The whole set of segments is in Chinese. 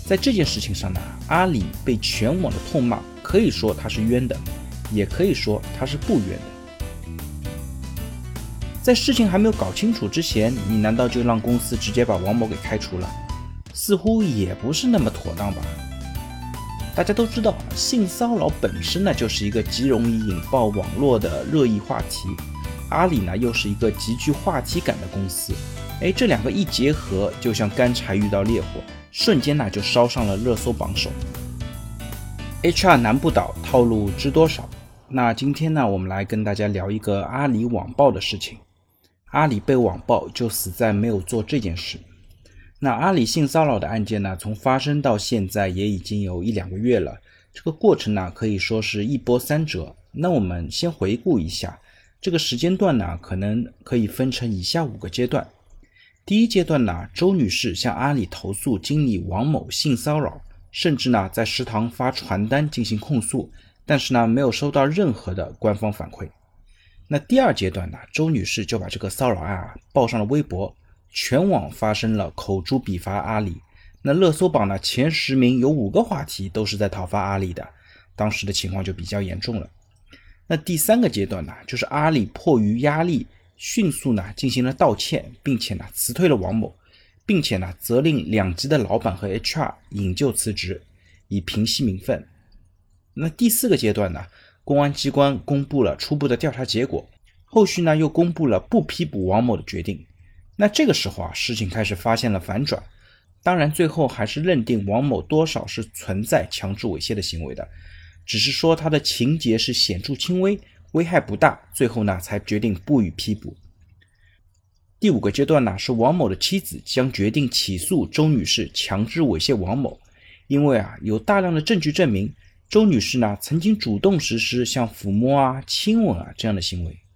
在这件事情上呢，阿里被全网的痛骂，可以说他是冤的，也可以说他是不冤的。在事情还没有搞清楚之前，你难道就让公司直接把王某给开除了？似乎也不是那么妥当吧。大家都知道，性骚扰本身呢就是一个极容易引爆网络的热议话题，阿里呢又是一个极具话题感的公司，这两个一结合，就像干柴遇到烈火，瞬间呢就烧上了热搜榜首。HR 难不倒，套路知多少？那今天呢，我们来跟大家聊一个阿里网暴的事情。阿里被网暴就死在没有做这件事。那阿里性骚扰的案件呢，从发生到现在也已经有1-2个月了，这个过程呢可以说是一波三折。那我们先回顾一下，这个时间段呢可能可以分成以下5个阶段。第一阶段呢，周女士向阿里投诉经理王某性骚扰，甚至呢在食堂发传单进行控诉，但是呢没有收到任何的官方反馈。那第二阶段呢，周女士就把这个骚扰案报上了微博，全网发生了口诛笔伐阿里。那热搜榜呢前10名有5个话题都是在讨伐阿里的，当时的情况就比较严重了。那第3个阶段呢，就是阿里迫于压力，迅速呢进行了道歉，并且呢辞退了王某，并且呢责令2级的老板和 HR 引咎辞职，以平息民愤。那第4个阶段呢，公安机关公布了初步的调查结果，后续呢又公布了不批捕王某的决定。那这个时候事情开始发现了反转，当然最后还是认定王某多少是存在强制猥亵的行为的，只是说他的情节是显著轻微，危害不大，最后呢才决定不予批捕。第5个阶段呢，是王某的妻子将决定起诉周女士强制猥亵王某，因为有大量的证据证明周女士呢曾经主动实施像抚摸亲吻这样的行为。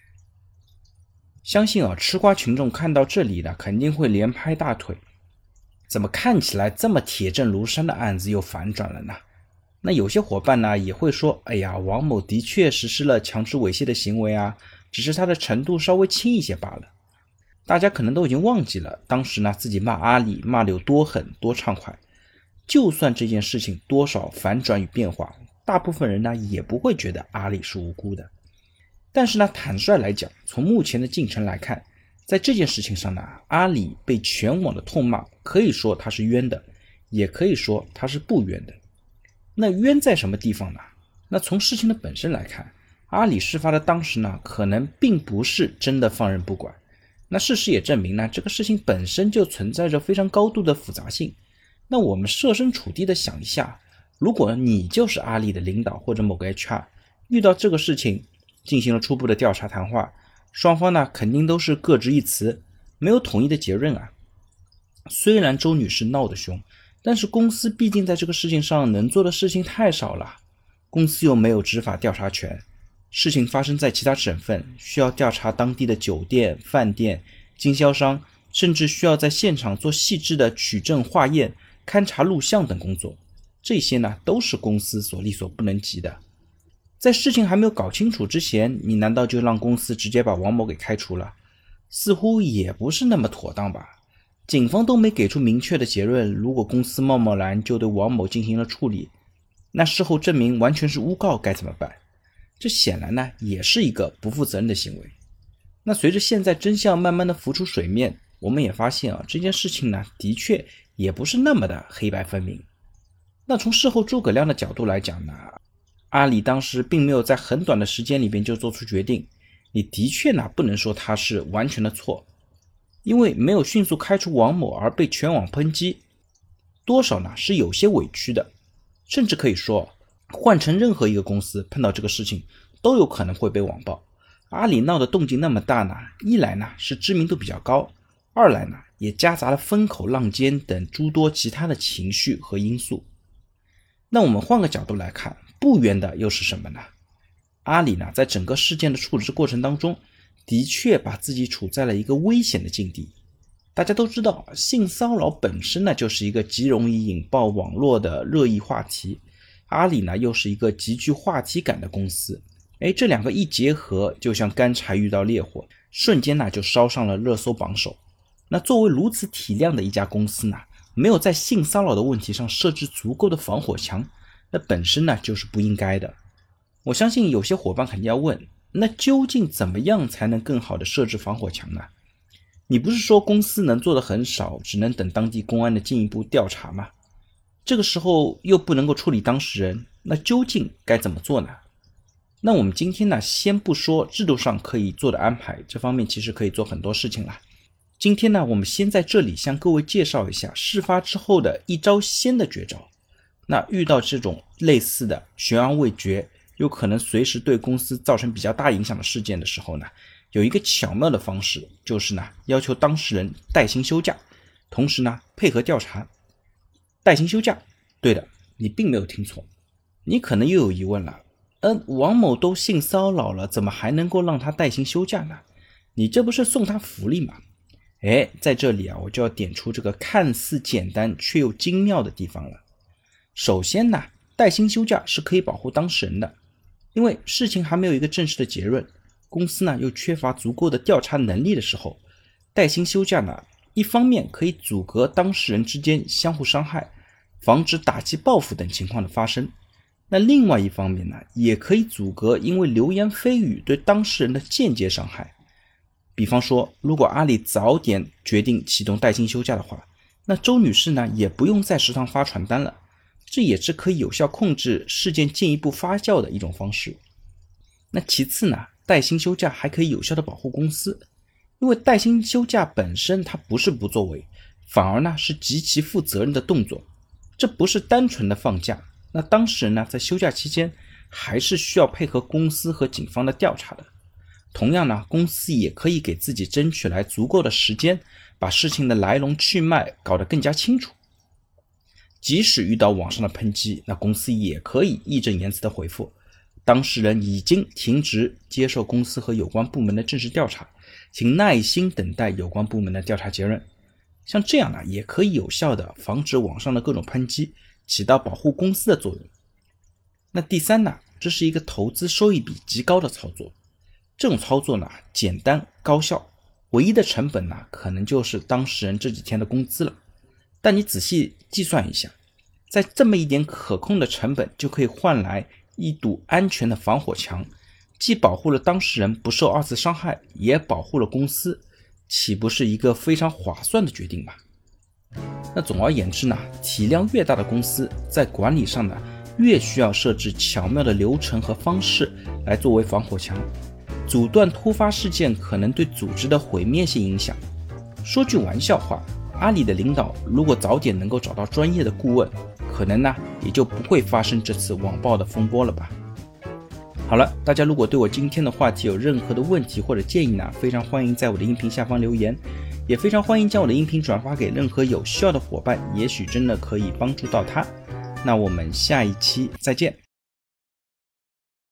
相信吃瓜群众看到这里呢肯定会连拍大腿，怎么看起来这么铁证如山的案子又反转了呢？那有些伙伴呢也会说，王某的确实施了强制猥亵的行为只是他的程度稍微轻一些罢了。大家可能都已经忘记了当时呢自己骂阿里骂得有多狠多畅快。就算这件事情多少反转与变化，大部分人呢也不会觉得阿里是无辜的。但是呢，坦率来讲，从目前的进程来看，在这件事情上呢，阿里被全网的痛骂，可以说他是冤的，也可以说他是不冤的。那冤在什么地方呢？那从事情的本身来看，阿里事发的当时呢，可能并不是真的放任不管。那事实也证明呢，这个事情本身就存在着非常高度的复杂性。那我们设身处地的想一下，如果你就是阿里的领导或者某个 HR， 遇到这个事情进行了初步的调查谈话，双方呢肯定都是各执一词，没有统一的结论虽然周女士闹得凶，但是公司毕竟在这个事情上能做的事情太少了，公司又没有执法调查权，事情发生在其他省份，需要调查当地的酒店、饭店、经销商，甚至需要在现场做细致的取证化验、勘查录像等工作，这些呢都是公司所力所不能及的。在事情还没有搞清楚之前，你难道就让公司直接把王某给开除了？似乎也不是那么妥当吧。警方都没给出明确的结论，如果公司贸贸然就对王某进行了处理，那事后证明完全是诬告该怎么办？这显然呢也是一个不负责任的行为。那随着现在真相慢慢的浮出水面，我们也发现这件事情呢的确也不是那么的黑白分明。那从事后诸葛亮的角度来讲呢，阿里当时并没有在很短的时间里边就做出决定，你的确呢不能说他是完全的错，因为没有迅速开除王某而被全网抨击，多少呢是有些委屈的，甚至可以说换成任何一个公司碰到这个事情都有可能会被网暴。阿里闹的动静那么大呢，一来呢是知名度比较高，二来呢也夹杂了风口浪尖等诸多其他的情绪和因素。那我们换个角度来看，不冤的又是什么呢？阿里呢在整个事件的处置过程当中，的确把自己处在了一个危险的境地。大家都知道，性骚扰本身呢就是一个极容易引爆网络的热议话题，阿里呢又是一个极具话题感的公司，这两个一结合，就像干柴遇到烈火，瞬间呢就烧上了热搜榜首。那作为如此体量的一家公司呢， 没有在性骚扰的问题上设置足够的防火墙，那本身呢就是不应该的。我相信有些伙伴肯定要问，那究竟怎么样才能更好的设置防火墙呢？你不是说公司能做的很少，只能等当地公安的进一步调查吗？这个时候又不能够处理当事人，那究竟该怎么做呢？那我们今天呢，先不说制度上可以做的安排，这方面其实可以做很多事情了。今天呢，我们先在这里向各位介绍一下事发之后的一招鲜的绝招。那遇到这种类似的悬而未决，有可能随时对公司造成比较大影响的事件的时候呢，有一个巧妙的方式，就是呢要求当事人带薪休假，同时呢配合调查。带薪休假，对的，你并没有听错。你可能又有疑问了，王某都性骚扰了，怎么还能够让他带薪休假呢？你这不是送他福利吗？在这里我就要点出这个看似简单却又精妙的地方了。首先呢，带薪休假是可以保护当事人的，因为事情还没有一个正式的结论，公司呢又缺乏足够的调查能力的时候，带薪休假呢，一方面可以阻隔当事人之间相互伤害，防止打击报复等情况的发生。那另外一方面呢，也可以阻隔因为流言蜚语对当事人的间接伤害。比方说，如果阿里早点决定启动带薪休假的话，那周女士呢也不用在食堂发传单了，这也是可以有效控制事件进一步发酵的一种方式。那其次呢，带薪休假还可以有效的保护公司，因为带薪休假本身它不是不作为，反而呢是极其负责任的动作，这不是单纯的放假。那当事人呢在休假期间还是需要配合公司和警方的调查的。同样呢，公司也可以给自己争取来足够的时间，把事情的来龙去脉搞得更加清楚。即使遇到网上的抨击，那公司也可以义正言辞的回复，当事人已经停职接受公司和有关部门的正式调查，请耐心等待有关部门的调查结论。像这样呢，也可以有效的防止网上的各种抨击，起到保护公司的作用。那第三呢，这是一个投资收益比极高的操作。这种操作呢，简单高效，唯一的成本呢，可能就是当事人这几天的工资了。但你仔细计算一下，在这么一点可控的成本，就可以换来一堵安全的防火墙，既保护了当事人不受二次伤害，也保护了公司，岂不是一个非常划算的决定吗？那总而言之呢，体量越大的公司，在管理上呢，越需要设置巧妙的流程和方式来作为防火墙，阻断突发事件可能对组织的毁灭性影响。说句玩笑话，阿里的领导如果早点能够找到专业的顾问，可能呢也就不会发生这次网暴的风波了吧。好了，大家如果对我今天的话题有任何的问题或者建议呢，非常欢迎在我的音频下方留言，也非常欢迎将我的音频转发给任何有需要的伙伴，也许真的可以帮助到他。那我们下一期再见。